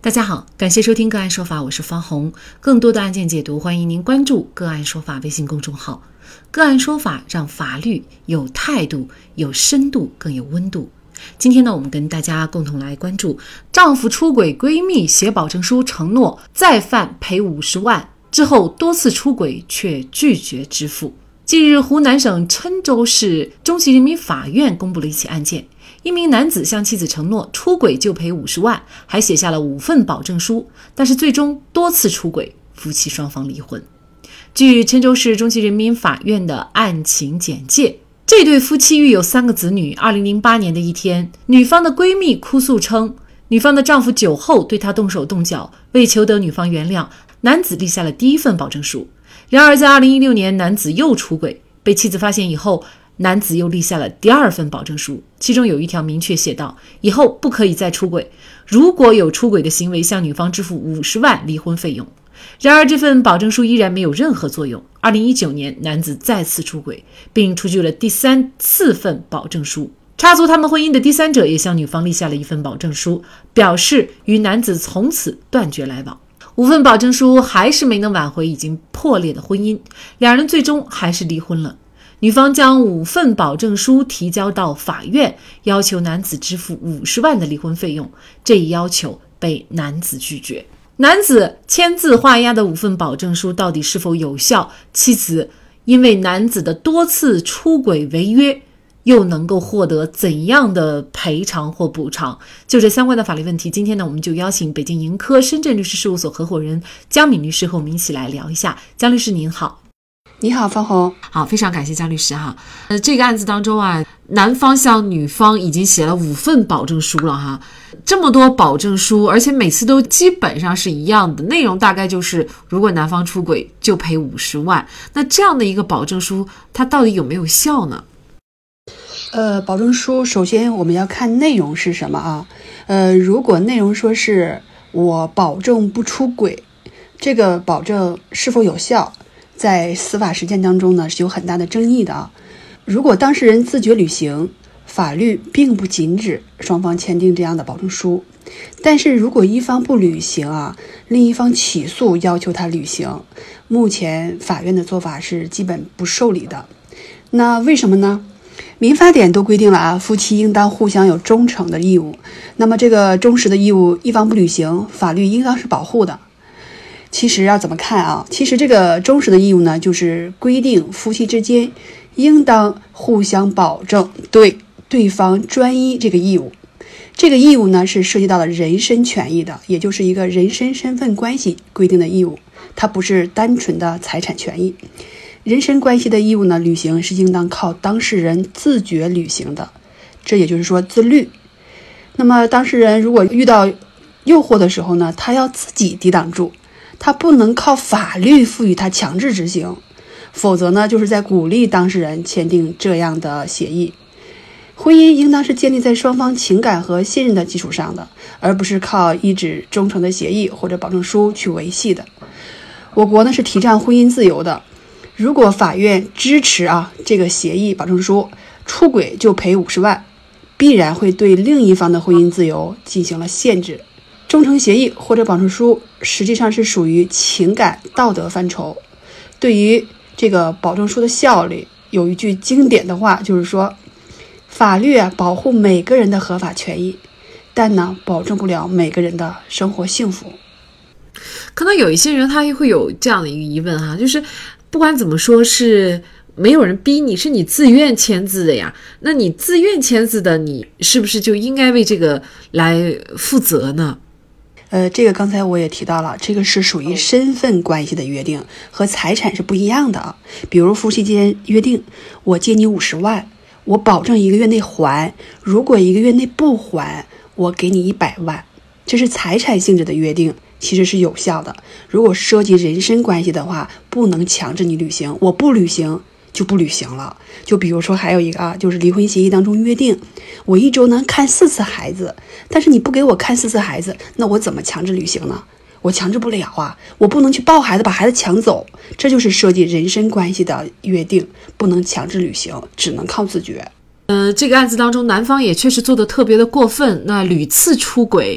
大家好，感谢收听个案说法，我是方红。更多的案件解读，欢迎您关注个案说法微信公众号。个案说法让法律有态度、有深度、更有温度。今天呢，我们跟大家共同来关注丈夫出轨，闺蜜写保证书承诺再犯赔50万，之后多次出轨却拒绝支付。近日，湖南省郴州市中级人民法院公布了一起案件，一名男子向妻子承诺出轨就赔50万，还写下了5份保证书，但是最终多次出轨，夫妻双方离婚。据郴州市中级人民法院的案情简介，这对夫妻育有3个子女。2008年的一天，女方的闺蜜哭诉称，女方的丈夫酒后对她动手动脚，为求得女方原谅，男子立下了第1份保证书。然而在2016年，男子又出轨，被妻子发现以后，男子又立下了第2份保证书，其中有一条明确写道，以后不可以再出轨，如果有出轨的行为，向女方支付50万离婚费用。然而这份保证书依然没有任何作用。2019年，男子再次出轨，并出具了第3、4份保证书。插足他们婚姻的第三者也向女方立下了1份保证书，表示与男子从此断绝来往。5份保证书还是没能挽回已经破裂的婚姻，两人最终还是离婚了。女方将5份保证书提交到法院，要求男子支付50万的离婚费用，这一要求被男子拒绝。男子签字画押的5份保证书到底是否有效？妻子因为男子的多次出轨违约，又能够获得怎样的赔偿或补偿？就这相关的法律问题，今天呢，我们就邀请北京盈科深圳律师事务所合伙人江敏律师和我们一起来聊一下。江律师您好。 你好，方红。 好，非常感谢江律师哈。这个案子当中啊，男方向女方已经写了5份保证书了哈。这么多保证书，而且每次都基本上是一样的，内容大概就是如果男方出轨就赔50万。那这样的一个保证书，它到底有没有效呢？ 保证书首先我们要看内容是什么啊？如果内容说是我保证不出轨，这个保证是否有效，在司法实践当中呢是有很大的争议的啊。如果当事人自觉履行，法律并不禁止双方签订这样的保证书，但是如果一方不履行啊，另一方起诉要求他履行，目前法院的做法是基本不受理的。那为什么呢？民法典都规定了啊，夫妻应当互相有忠诚的义务，那么这个忠实的义务一方不履行，法律应当是保护的。其实要怎么看啊？其实这个忠实的义务呢，就是规定夫妻之间应当互相保证对对方专一这个义务。这个义务呢是涉及到了人身权益的，也就是一个人身身份关系规定的义务，它不是单纯的财产权益。人身关系的义务呢，履行是应当靠当事人自觉履行的，这也就是说自律。那么当事人如果遇到诱惑的时候呢，他要自己抵挡住，他不能靠法律赋予他强制执行，否则呢就是在鼓励当事人签订这样的协议。婚姻应当是建立在双方情感和信任的基础上的，而不是靠一纸忠诚的协议或者保证书去维系的。我国呢是提倡婚姻自由的，如果法院支持这个协议保证书，出轨就赔50万，必然会对另一方的婚姻自由进行了限制。忠诚协议或者保证书实际上是属于情感道德范畴。对于这个保证书的效力，有一句经典的话，就是说法律保护每个人的合法权益，但呢保证不了每个人的生活幸福。 可能有一些人他会有这样的一个疑问哈，就是不管怎么说是没有人逼你，是你自愿签字的呀，那你自愿签字的，你是不是就应该为这个来负责呢？ 这个刚才我也提到了，这个是属于身份关系的约定，和财产是不一样的啊。比如夫妻间约定，我借你50万，我保证1个月内还，如果1个月内不还，我给你100万，这是财产性质的约定，其实是有效的。如果涉及人身关系的话，不能强制你履行，我不履行就不履行了。就比如说还有一个就是离婚协议当中约定，我1周能看4次孩子，但是你不给我看4次孩子，那我怎么强制履行呢？我强制不了啊，我不能去抱孩子把孩子抢走，这就是涉及人身关系的约定，不能强制履行，只能靠自觉。 这个案子当中，男方也确实做得特别的过分，那屡次出轨，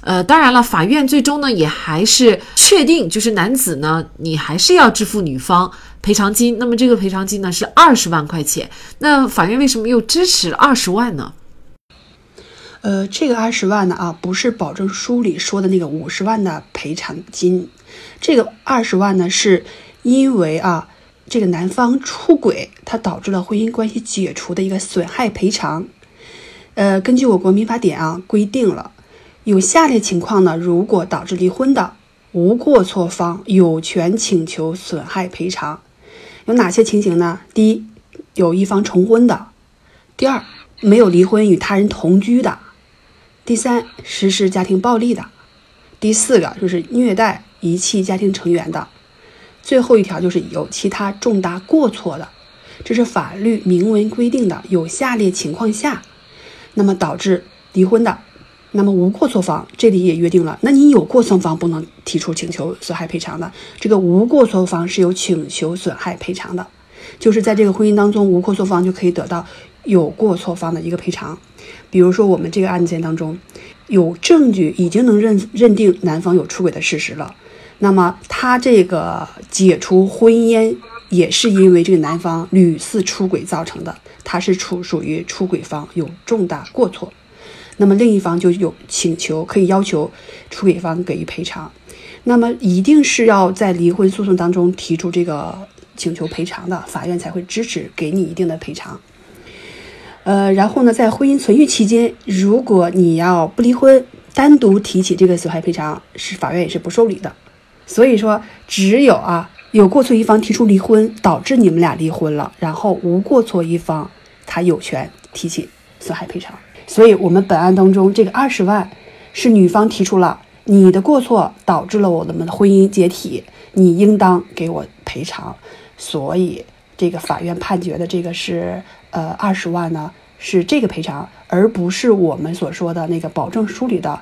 当然了，法院最终呢也还是确定，就是男子呢你还是要支付女方赔偿金，那么这个赔偿金呢是20万块钱。那法院为什么又支持了20万呢？ 这个20万呢不是保证书里说的那个50万的赔偿金，这个20万呢是因为这个男方出轨，它导致了婚姻关系解除的一个损害赔偿。根据我国民法典规定了，有下列情况呢，如果导致离婚的，无过错方有权请求损害赔偿。有哪些情形呢？第一，有一方重婚的；第二，没有离婚与他人同居的；第三，实施家庭暴力的；第四个就是虐待遗弃家庭成员的；最后一条就是有其他重大过错的。这是法律明文规定的，有下列情况下那么导致离婚的，那么无过错方这里也约定了，那你有过错方不能提出请求损害赔偿的，这个无过错方是有请求损害赔偿的，就是在这个婚姻当中，无过错方就可以得到有过错方的一个赔偿。比如说我们这个案件当中，有证据已经能认定男方有出轨的事实了，那么他这个解除婚姻也是因为这个男方屡次出轨造成的，他是属于出轨方，有重大过错，那么另一方就有请求，可以要求出轨方给予赔偿。那么一定是要在离婚诉讼当中提出这个请求赔偿的，法院才会支持给你一定的赔偿。然后呢，在婚姻存续期间，如果你要不离婚，单独提起这个损害赔偿，是法院也是不受理的。所以说，只有有过错一方提出离婚，导致你们俩离婚了，然后无过错一方他有权提起损害赔偿。所以我们本案当中，这个20万是女方提出了，你的过错导致了我们的婚姻解体，你应当给我赔偿。所以这个法院判决的这个是20万呢，是这个赔偿，而不是我们所说的那个保证书里的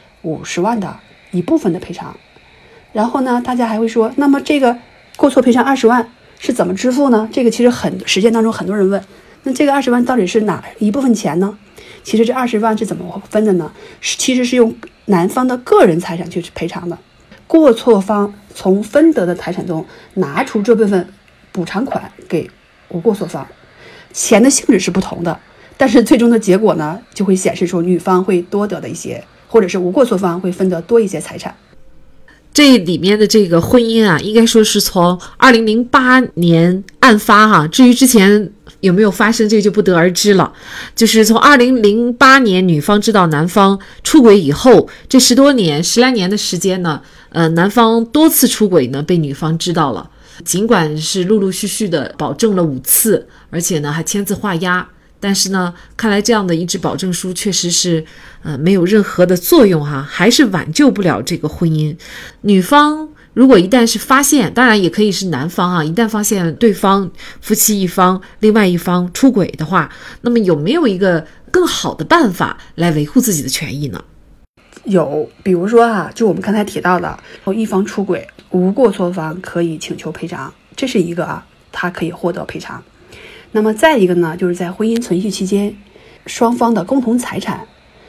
50万的一部分的赔偿。然后呢，大家还会说，那么这个过错赔偿20万是怎么支付呢？这个其实实践当中很多人问，那这个20万到底是哪一部分钱呢？其实这20万是怎么分的呢？其实是用男方的个人财产去赔偿的，过错方从分得的财产中拿出这部分补偿款给无过错方，钱的性质是不同的，但是最终的结果呢，就会显示出女方会多得的一些，或者是无过错方会分得多一些财产。 这里面的这个婚姻应该说是从2008年案发至于之前有没有发生，这个就不得而知了。就是从2008年女方知道男方出轨以后，这10来年的时间呢，男方多次出轨呢被女方知道了，尽管是陆陆续续的保证了5次，而且呢还签字画押，但是呢，看来这样的一纸保证书确实是没有任何的作用还是挽救不了这个婚姻。女方如果一旦是发现，当然也可以是男方一旦发现对方夫妻一方另外一方出轨的话，那么有没有一个更好的办法来维护自己的权益呢？ 有，比如说就我们刚才提到的，一方出轨，无过错方可以请求赔偿，这是一个他可以获得赔偿。那么再一个呢，就是在婚姻存续期间，双方的共同财产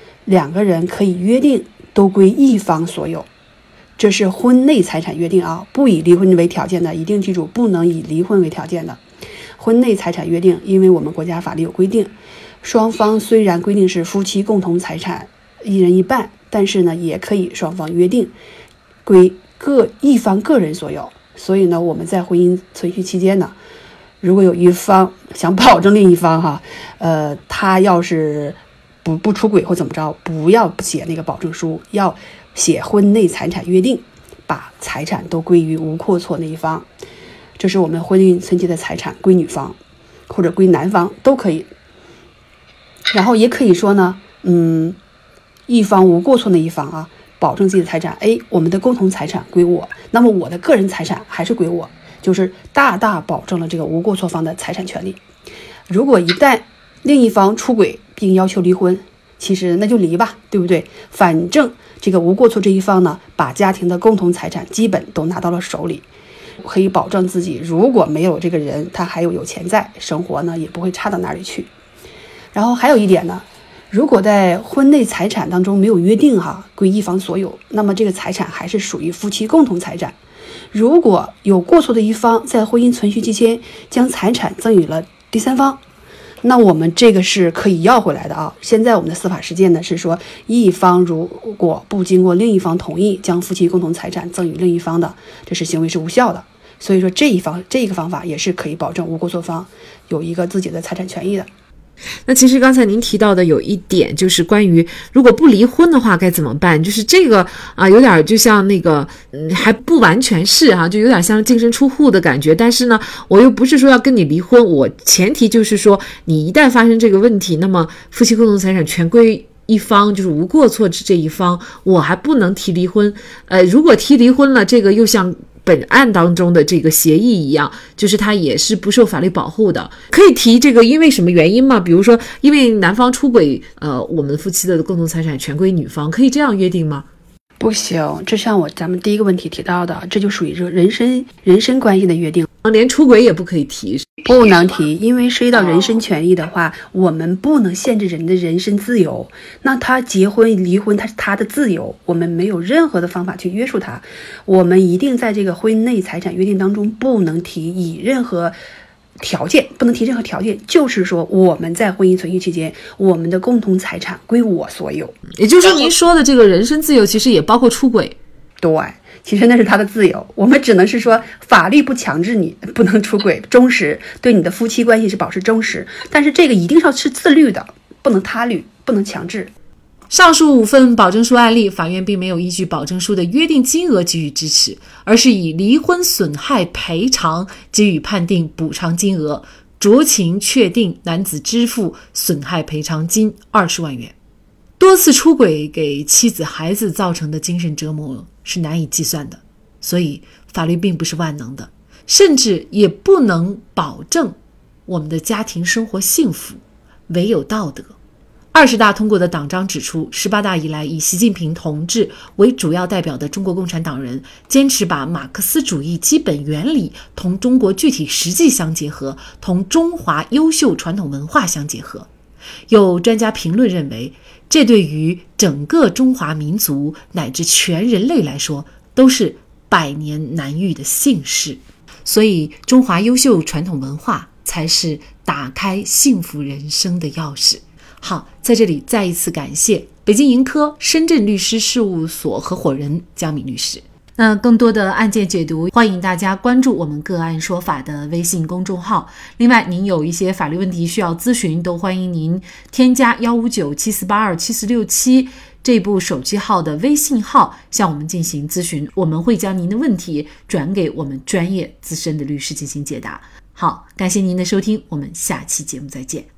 2个人可以约定都归一方所有，这是婚内财产约定不以离婚为条件的，一定记住，不能以离婚为条件的婚内财产约定。因为我们国家法律有规定，双方虽然规定是夫妻共同财产1人1半，但是呢也可以双方约定归一方个人所有。所以呢，我们在婚姻存续期间呢，如果有一方想保证另一方他要是不出轨或怎么着，不要写那个保证书，要写婚内财产约定，把财产都归于无过错那一方。这是我们婚姻存期的财产归女方或者归男方都可以。然后也可以说呢，一方无过错那一方保证自己的财产，我们的共同财产归我，那么我的个人财产还是归我，就是大大保证了这个无过错方的财产权利。如果一旦另一方出轨并要求离婚，其实那就离吧，对不对？反正这个无过错这一方呢，把家庭的共同财产基本都拿到了手里，可以保证自己如果没有这个人，他还有钱在，生活呢也不会差到哪里去。然后还有一点呢， 如果在婚内财产当中没有约定归一方所有，那么这个财产还是属于夫妻共同财产。如果有过错的一方在婚姻存续期间将财产赠与了第三方，那我们这个是可以要回来的现在我们的司法实践呢是说，一方如果不经过另一方同意将夫妻共同财产赠与另一方的，这是行为是无效的。所以说这个方法也是可以保证无过错方有一个自己的财产权益的。 那其实刚才您提到的有一点就是关于如果不离婚的话该怎么办，就是这个有点就像那个还不完全是就有点像净身出户的感觉，但是呢我又不是说要跟你离婚，我前提就是说你一旦发生这个问题，那么夫妻共同财产全归一方，就是无过错之这一方，我还不能提离婚。如果提离婚了，这个又像本案当中的这个协议一样，就是它也是不受法律保护的。可以提这个因为什么原因吗？比如说因为男方出轨，我们夫妻的共同财产全归女方，可以这样约定吗？ 不行，这像咱们第一个问题提到的，这就属于人身关系的约定， 连出轨也不可以提。 不能提，因为涉及到人身权益的话，我们不能限制人的人身自由。那他结婚离婚，他是他的自由，我们没有任何的方法去约束他。我们一定在这个婚内财产约定当中不能提任何条件，就是说我们在婚姻存续期间，我们的共同财产归我所有。 也就是说您说的这个人身自由其实也包括出轨。 对，其实那是他的自由，我们只能是说法律不强制你不能出轨，忠实对你的夫妻关系是保持忠实，但是这个一定是自律的，不能他律，不能强制。 上述5份保证书案例，法院并没有依据保证书的约定金额给予支持，而是以离婚损害赔偿给予判定补偿金额，酌情确定男子支付损害赔偿金20万元。多次出轨给妻子孩子造成的精神折磨是难以计算的，所以法律并不是万能的，甚至也不能保证我们的家庭生活幸福，唯有道德。20大通过的党章指出，18大以来以习近平同志为主要代表的中国共产党人坚持把马克思主义基本原理同中国具体实际相结合，同中华优秀传统文化相结合。有专家评论认为，这对于整个中华民族乃至全人类来说都是百年难遇的幸事。所以中华优秀传统文化才是打开幸福人生的钥匙。好，在这里再一次感谢北京盈科深圳律师事务所合伙人江敏律师。那更多的案件解读，欢迎大家关注我们个案说法的微信公众号。另外，您有一些法律问题需要咨询，都欢迎您添加15974827467这部手机号的微信号向我们进行咨询，我们会将您的问题转给我们专业资深的律师进行解答。好，感谢您的收听，我们下期节目再见。